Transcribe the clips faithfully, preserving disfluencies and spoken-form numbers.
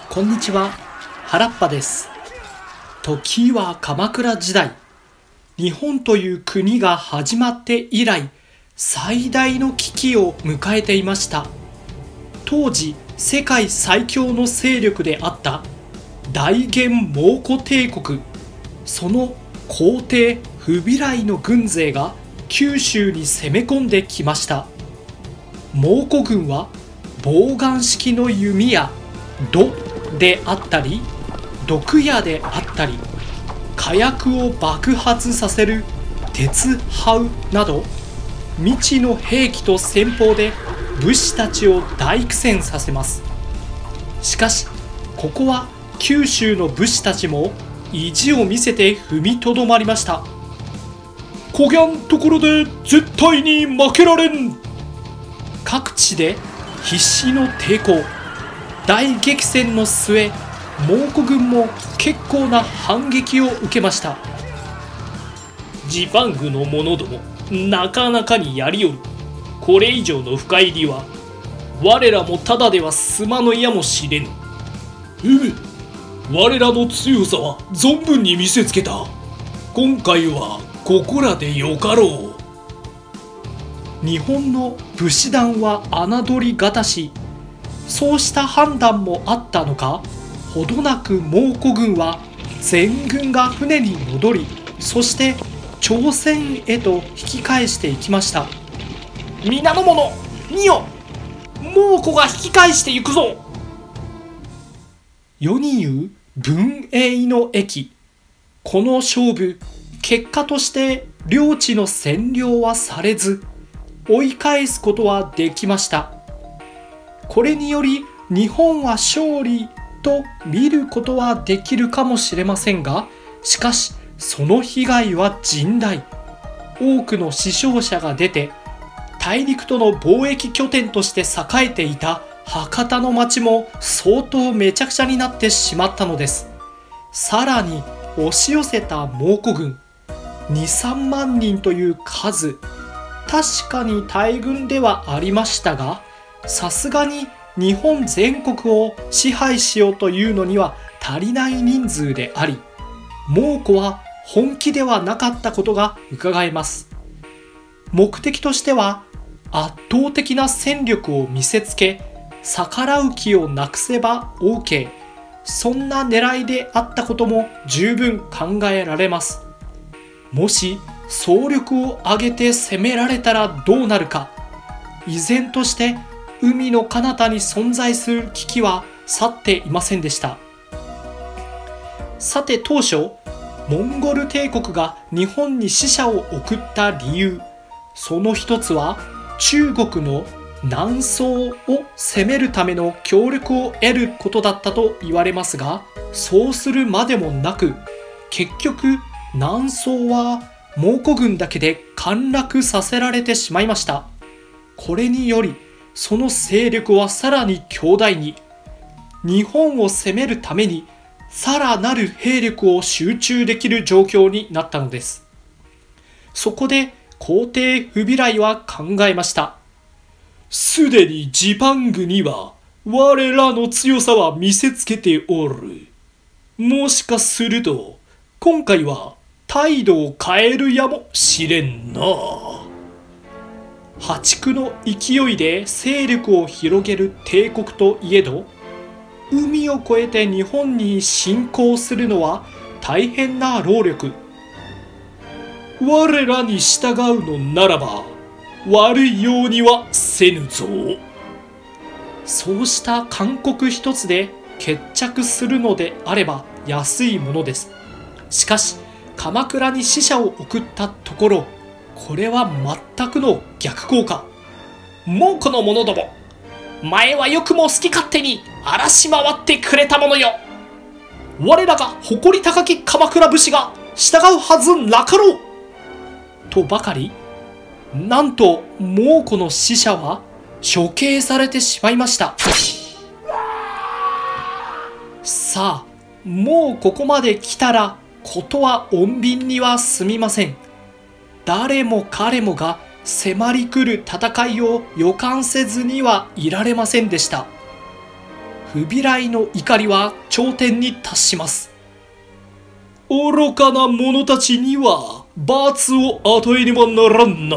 こんにちは、原っぱです。時は鎌倉時代、日本という国が始まって以来、最大の危機を迎えていました。当時、世界最強の勢力であった大元蒙古帝国、その皇帝フビライの軍勢が九州に攻め込んできました。蒙古軍は棒眼式の弓や弩であったり、毒矢であったり、火薬を爆発させる鉄炮など未知の兵器と戦法で武士たちを大苦戦させます。しかしここは九州の武士たちも意地を見せて踏みとどまりました。こぎゃんところで絶対に負けられん。各地で必死の抵抗、大激戦の末、蒙古軍も結構な反撃を受けました。 ジパングの者ども、なかなかにやりよる。これ以上の深入りは我らもただでは済まぬやもしれぬ。うむ、我らの強さは存分に見せつけた。今回はここらでよかろう。日本の武士団は侮りがたし、そうした判断もあったのか、ほどなく蒙古軍は全軍が船に戻り、そして朝鮮へと引き返していきました。 皆の者、見よ、蒙古が引き返していくぞ。 世に言う文永の役。この勝負、結果として領地の占領はされず、追い返すことはできました。これにより日本は勝利と見ることはできるかもしれませんが、しかしその被害は甚大。多くの死傷者が出て、大陸との貿易拠点として栄えていた博多の町も相当めちゃくちゃになってしまったのです。さらに押し寄せた蒙古軍に、さんまんにんという数、確かに大軍ではありましたが、さすがに日本全国を支配しようというのには足りない人数であり、蒙古は本気ではなかったことが伺えます。目的としては圧倒的な戦力を見せつけ、逆らう気をなくせば OK、 そんな狙いであったことも十分考えられます。もし総力を挙げて攻められたらどうなるか。依然として海の彼方に存在する危機は去っていませんでした。さて当初、モンゴル帝国が日本に使者を送った理由、その一つは中国の南宋を攻めるための協力を得ることだったと言われますが、そうするまでもなく、結局南宋は蒙古軍だけで陥落させられてしまいました。これによりその勢力はさらに強大に、日本を攻めるためにさらなる兵力を集中できる状況になったのです。そこで皇帝フビライは考えました。 すでにジパングには我らの強さは見せつけておる。もしかすると今回は態度を変えるやもしれんな。 破竹の勢いで勢力を広げる帝国といえど、海を越えて日本に侵攻するのは大変な労力。 我らに従うのならば悪いようにはせぬぞ。 そうした勧告一つで決着するのであれば安いものです。しかし鎌倉に使者を送ったところ、これは全くの逆効果。 蒙古の者ども、前はよくも好き勝手に荒らし回ってくれたものよ。我らが誇り高き鎌倉武士が従うはずなかろう。 とばかり、なんと蒙古の使者は処刑されてしまいました。さあ、もうここまで来たらことは穏便には済みません。誰も彼もが迫り来る戦いを予感せずにはいられませんでした。 フビライの怒りは頂点に達します。 愚かな者たちには罰を与えねばならんな。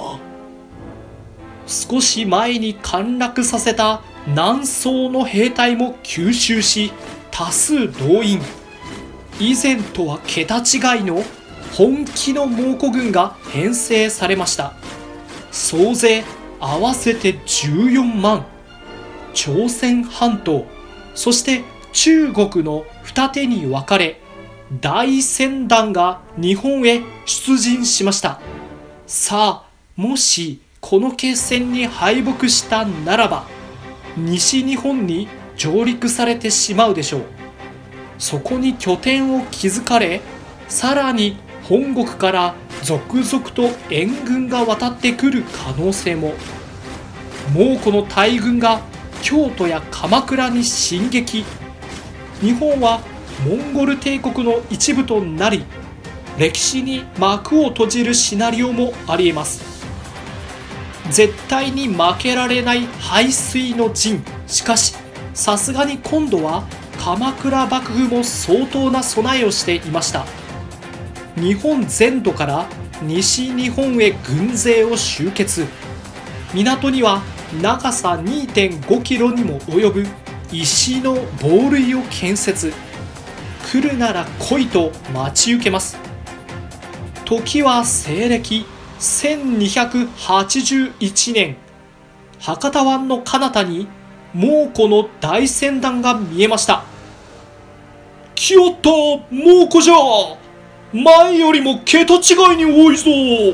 少し前に陥落させた南宋の兵隊も吸収し多数動員。以前とは桁違いの本気の蒙古軍が編成されました。総勢合わせてじゅうよんまん。朝鮮半島、そして中国の二手に分かれ、大船団が日本へ出陣しました。さあ、もしこの決戦に敗北したならば、西日本に上陸されてしまうでしょう。そこに拠点を築かれ、さらに本国から続々と援軍が渡ってくる可能性も。蒙古の大軍が京都や鎌倉に進撃。日本はモンゴル帝国の一部となり、歴史に幕を閉じるシナリオもありえます。絶対に負けられない背水の陣。しかしさすがに今度は鎌倉幕府も相当な備えをしていました。日本全土から西日本へ軍勢を集結。港には長さ にてんごキロにも及ぶ石の防塁を建設。来るなら来いと待ち受けます。時は西暦せんにひゃくはちじゅういちねん、博多湾の彼方に蒙古の大船団が見えました。 来よった蒙古じゃ。前よりも桁違いに多いぞ。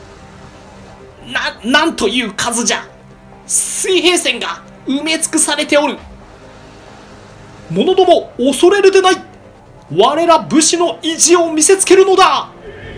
な、なんという数じゃ。水平線が埋め尽くされておる。 者ども恐れるでない。我ら武士の意地を見せつけるのだ。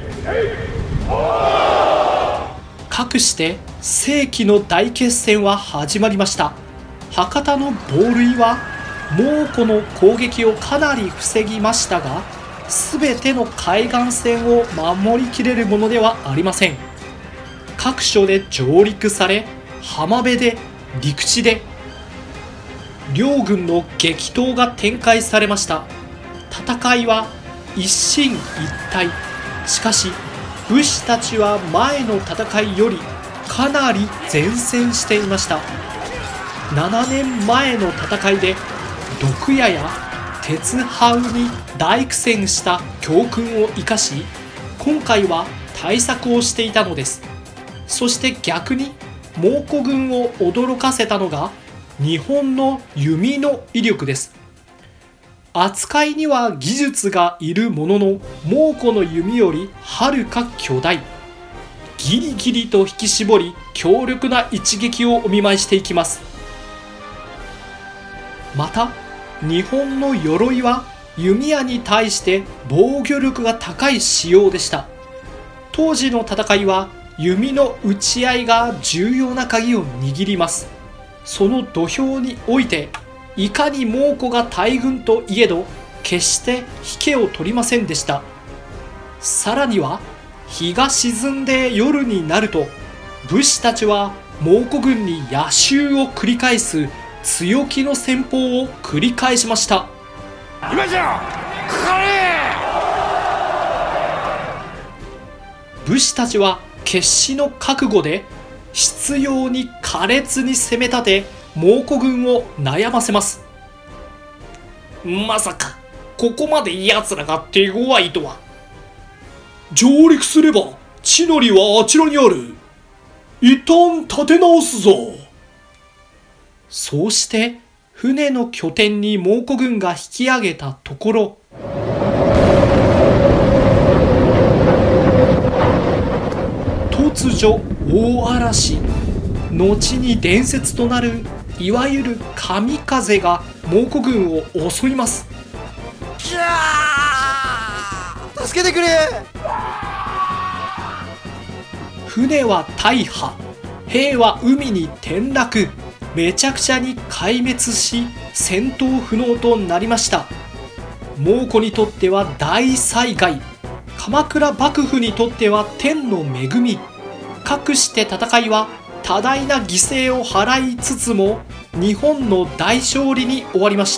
かくして世紀の大決戦は始まりました。博多の防塁は蒙古の攻撃をかなり防ぎましたが、全ての海岸線を守りきれるものではありません。各所で上陸され、浜辺で陸地で両軍の激闘が展開されました。戦いは一進一退。しかし武士たちは前の戦いよりかなり善戦していました。ななねんまえの戦いで毒矢や鉄ハウに大苦戦した教訓を生かし、今回は対策をしていたのです。そして逆に蒙古軍を驚かせたのが日本の弓の威力です。扱いには技術がいるものの、蒙古の弓よりはるか巨大。ギリギリと引き絞り強力な一撃をお見舞いしていきます。また日本の鎧は弓矢に対して防御力が高い仕様でした。当時の戦いは弓の撃ち合いが重要な鍵を握ります。その土俵において、いかに蒙古が大軍といえど決して引けを取りませんでした。さらには日が沈んで夜になると、武士たちは蒙古軍に夜襲を繰り返す強気の戦法を繰り返しました。 今じゃかかれ。 武士たちは決死の覚悟で執拗に苛烈に攻め立て、蒙古軍を悩ませます。 まさかここまで奴らが手強いとは。 上陸すれば地の利はあちらにある。一旦立て直すぞ。 そうして船の拠点に蒙古軍が引き上げたところ、突如大嵐、後に伝説となるいわゆる神風が蒙古軍を襲います。 キャー！助けてくれ！ 船は大破、兵は海に転落、めちゃくちゃに壊滅し戦闘不能となりました。蒙古にとっては大災害、鎌倉幕府にとっては天の恵み。かくして戦いは多大な犠牲を払いつつも日本の大勝利に終わりました。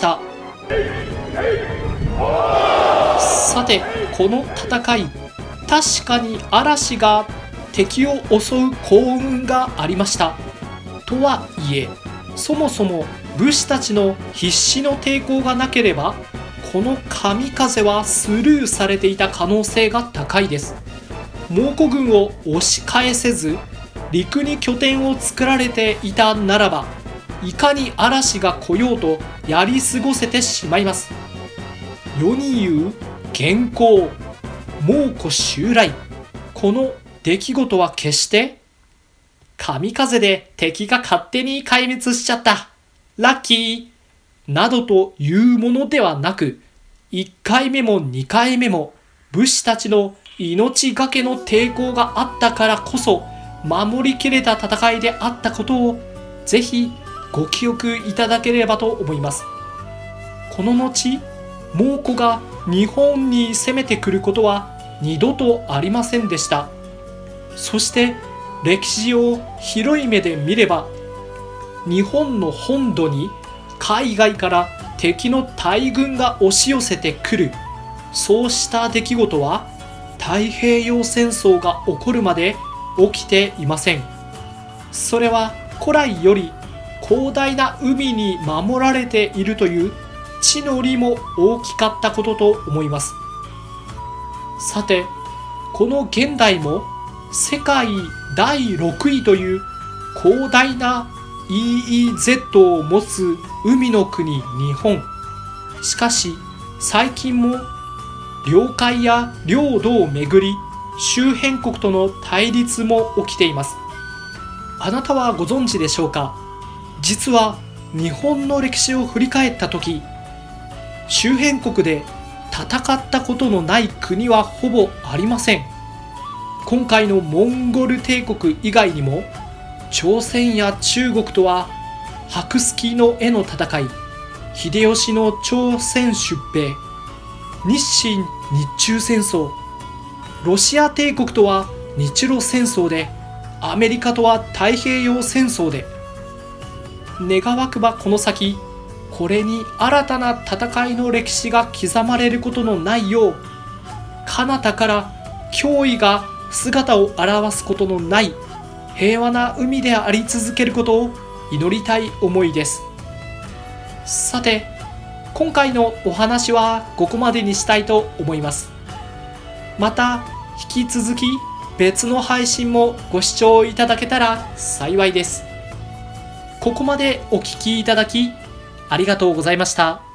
さて、この戦い、確かに嵐が敵を襲う幸運がありました。とはいえ、そもそも武士たちの必死の抵抗がなければ、この神風はスルーされていた可能性が高いです。蒙古軍を押し返せず、陸に拠点を作られていたならば、いかに嵐が来ようとやり過ごせてしまいます。世に言う元寇、蒙古襲来、この出来事は決して神風で敵が勝手に壊滅しちゃった、ラッキーなどというものではなく、いっかいめもにかいめも武士たちの命がけの抵抗があったからこそ守りきれた戦いであったことをぜひご記憶いただければと思います。この後、蒙古が日本に攻めてくることは二度とありませんでした。そして歴史を広い目で見れば、日本の本土に海外から敵の大軍が押し寄せてくる、そうした出来事は太平洋戦争が起こるまで起きていません。それは古来より広大な海に守られているという地の利も大きかったことと思います。さて、この現代も世界だいろくいという広大な イーイーゼット を持つ海の国日本。しかし最近も領海や領土をめぐり周辺国との対立も起きています。あなたはご存知でしょうか。実は日本の歴史を振り返った時、周辺国で戦ったことのない国はほぼありません。今回のモンゴル帝国以外にも、朝鮮や中国とは白鷺の絵の戦い、秀吉の朝鮮出兵、日清日中戦争、ロシア帝国とは日露戦争で、アメリカとは太平洋戦争で、願わくばこの先、これに新たな戦いの歴史が刻まれることのないよう、彼方から脅威が姿を現すことのない平和な海であり続けることを祈りたい思いです。さて、今回のお話はここまでにしたいと思います。また引き続き別の配信もご視聴いただけたら幸いです。ここまでお聞きいただきありがとうございました。